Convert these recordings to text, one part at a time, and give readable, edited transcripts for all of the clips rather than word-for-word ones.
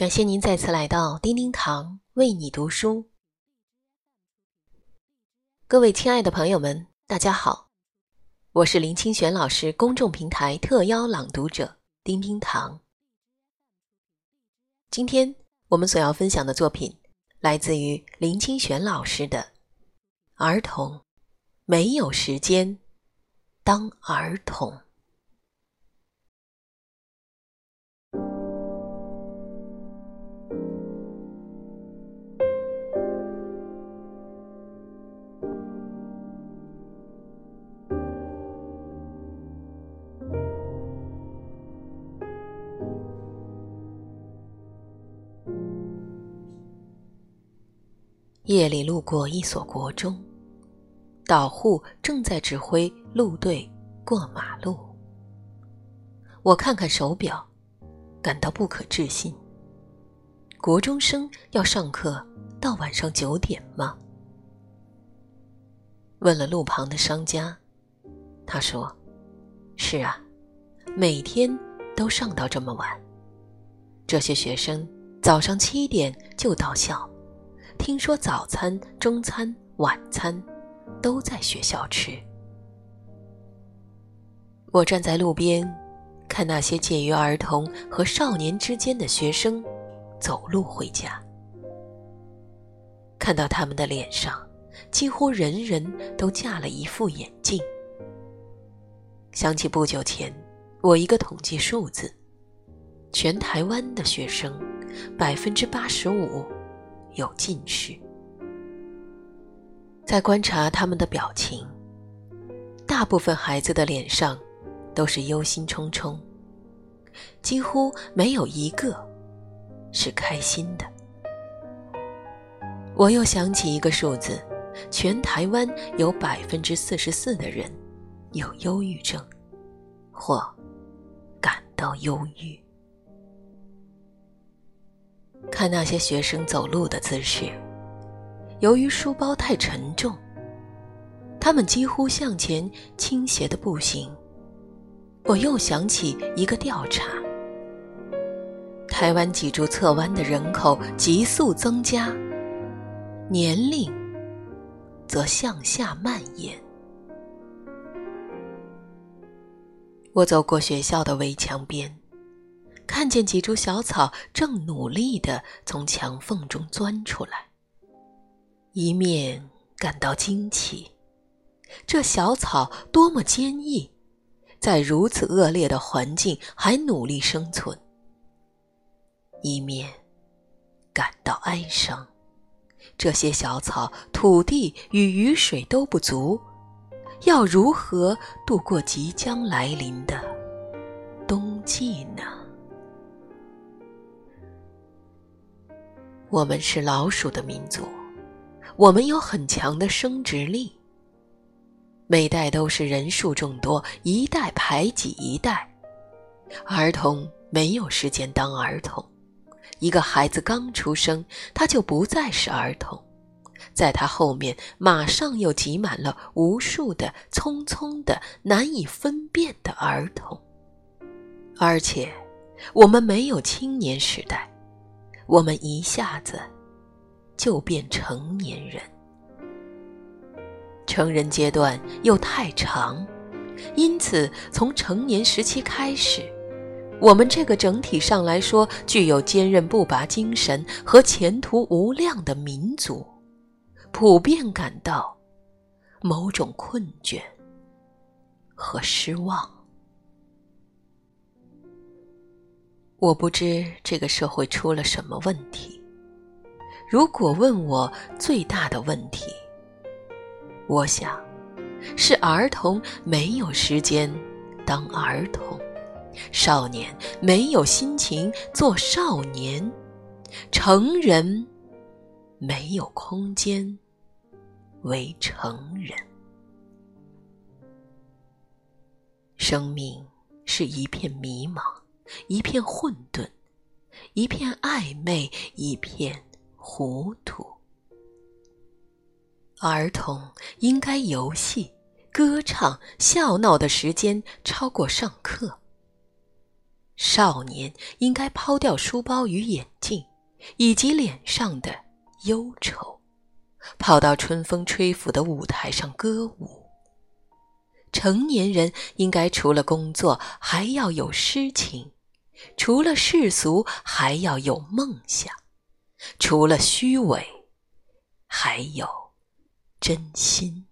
感谢您再次来到叮叮堂为你读书。各位亲爱的朋友们，大家好，我是林清玄老师公众平台特邀朗读者叮叮堂。今天我们所要分享的作品来自于林清玄老师的《儿童没有时间当儿童》。夜里路过一所国中，导护正在指挥路队过马路。我看看手表，感到不可置信。国中生要上课到晚上9点吗？问了路旁的商家，他说：是啊，每天都上到这么晚。这些学生早上7点就到校，听说早餐、中餐、晚餐都在学校吃。我站在路边，看那些介于儿童和少年之间的学生走路回家，看到他们的脸上几乎人人都架了一副眼镜。想起不久前我一个统计数字，全台湾的学生85%有近视。在观察他们的表情，大部分孩子的脸上都是忧心忡忡，几乎没有一个是开心的。我又想起一个数字，全台湾有44%的人有忧郁症或感到忧郁。看那些学生走路的姿势，由于书包太沉重，他们几乎向前倾斜的步行。我又想起一个调查，台湾脊柱侧弯的人口急速增加，年龄则向下蔓延。我走过学校的围墙边，看见几株小草正努力地从墙缝中钻出来，一面感到惊奇，这小草多么坚毅，在如此恶劣的环境还努力生存；一面感到哀伤，这些小草土地与雨水都不足，要如何度过即将来临的冬季呢？我们是老鼠的民族，我们有很强的生殖力，每代都是人数众多，一代排挤一代。儿童没有时间当儿童，一个孩子刚出生，他就不再是儿童，在他后面马上又挤满了无数的匆匆的难以分辨的儿童。而且我们没有青年时代，我们一下子就变成年人。成人阶段又太长，因此从成年时期开始，我们这个整体上来说具有坚韧不拔精神和前途无量的民族，普遍感到某种困倦和失望。我不知这个社会出了什么问题，如果问我最大的问题，我想是儿童没有时间当儿童，少年没有心情做少年，成人没有空间为成人。生命是一片迷茫，一片混沌，一片暧昧，一片糊涂。儿童应该游戏、歌唱、笑闹的时间超过上课。少年应该抛掉书包与眼镜， 以及脸上的忧愁，跑到春风吹拂的舞台上歌舞。成年人应该除了工作还要有诗情，除了世俗还要有梦想，除了虚伪还有真心。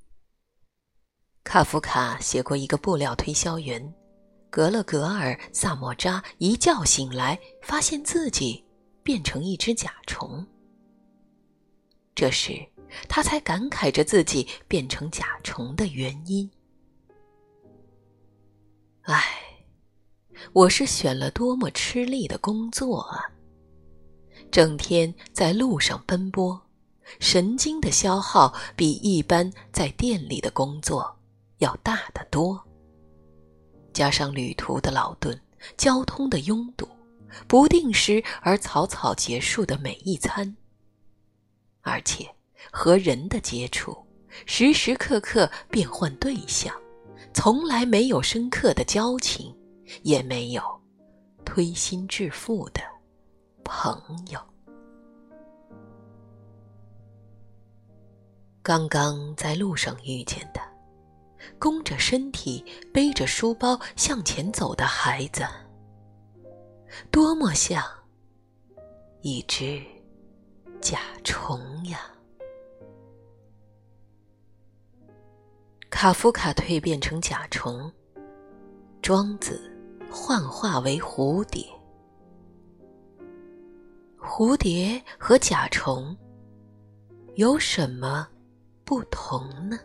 卡夫卡写过一个布料推销员，格勒格尔·萨莫扎一觉醒来，发现自己变成一只甲虫。这时他才感慨着自己变成甲虫的原因。我是选了多么吃力的工作啊！整天在路上奔波，神经的消耗比一般在店里的工作要大得多。加上旅途的劳顿，交通的拥堵，不定时而草草结束的每一餐，而且和人的接触时时刻刻变换对象，从来没有深刻的交情，也没有推心置腹的朋友。刚刚在路上遇见的，弓着身体背着书包向前走的孩子，多么像一只甲虫呀！卡夫卡蜕变成甲虫，庄子幻化为蝴蝶。蝴蝶和甲虫有什么不同呢？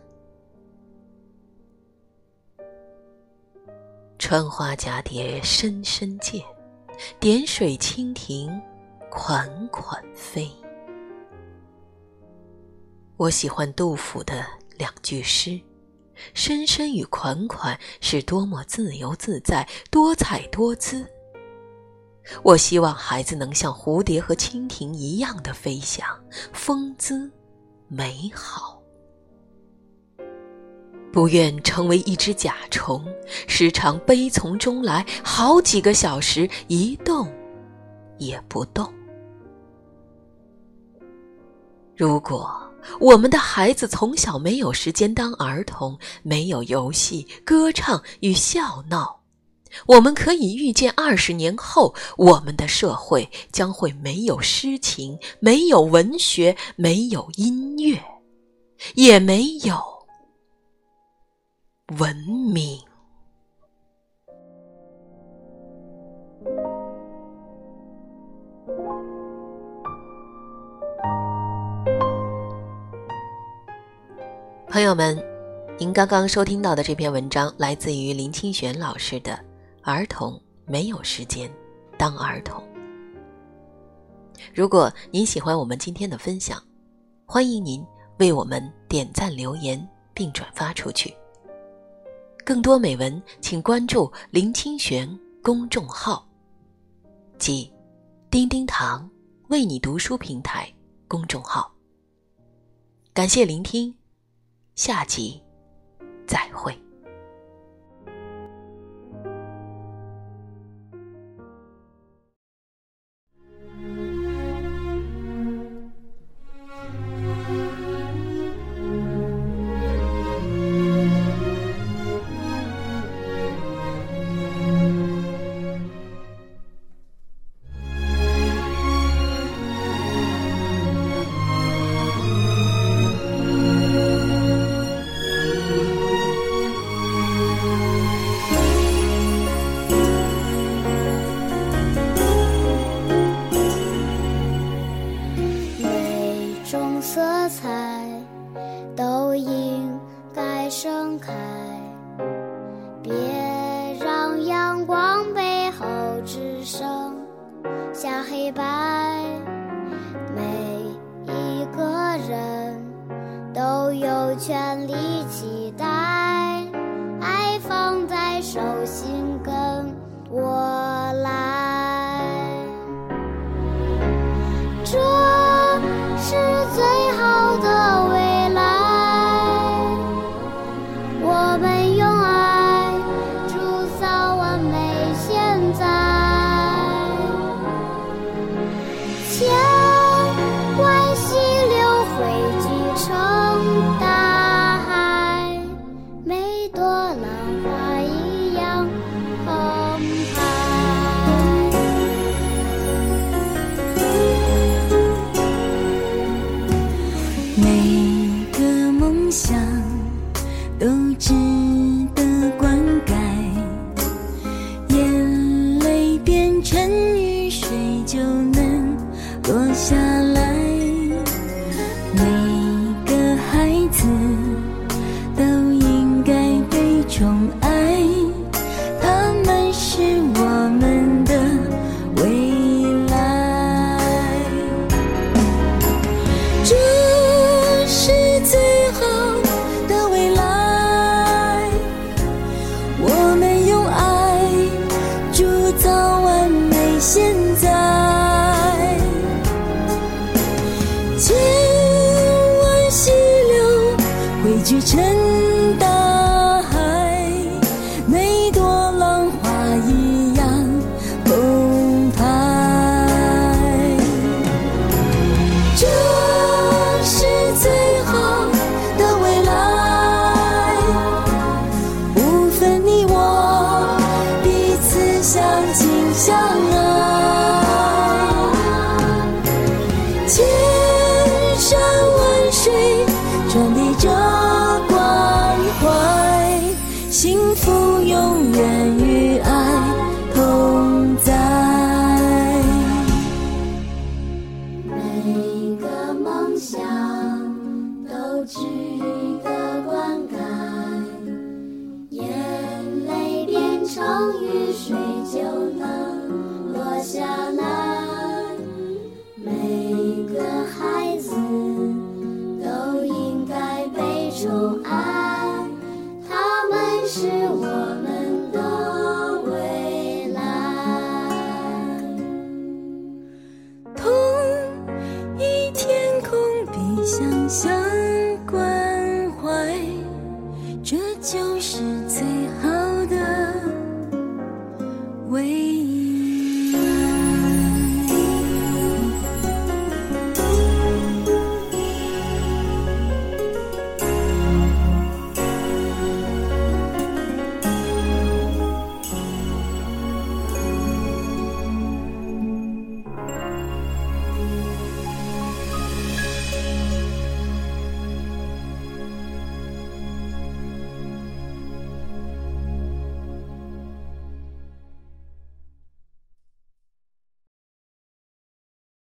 穿花蛱蝶深深见，点水蜻蜓款款飞。我喜欢杜甫的两句诗，深深与款款是多么自由自在，多彩多姿。我希望孩子能像蝴蝶和蜻蜓一样的飞翔，风姿美好。不愿成为一只甲虫，时常悲从中来，好几个小时一动也不动。如果我们的孩子从小没有时间当儿童，没有游戏、歌唱与笑闹，我们可以预见20年后，我们的社会将会没有诗情，没有文学，没有音乐，也没有文明。朋友们，您刚刚收听到的这篇文章来自于林清玄老师的《儿童没有时间当儿童》。如果您喜欢我们今天的分享，欢迎您为我们点赞留言并转发出去。更多美文请关注林清玄公众号，即叮叮堂为你读书平台公众号。感谢聆听，下集再会。 下黑白，每一个人都有权利期待，爱放在手心跟我来，这是最好的未来，我们用爱铸造完美现在。 水就能落下来。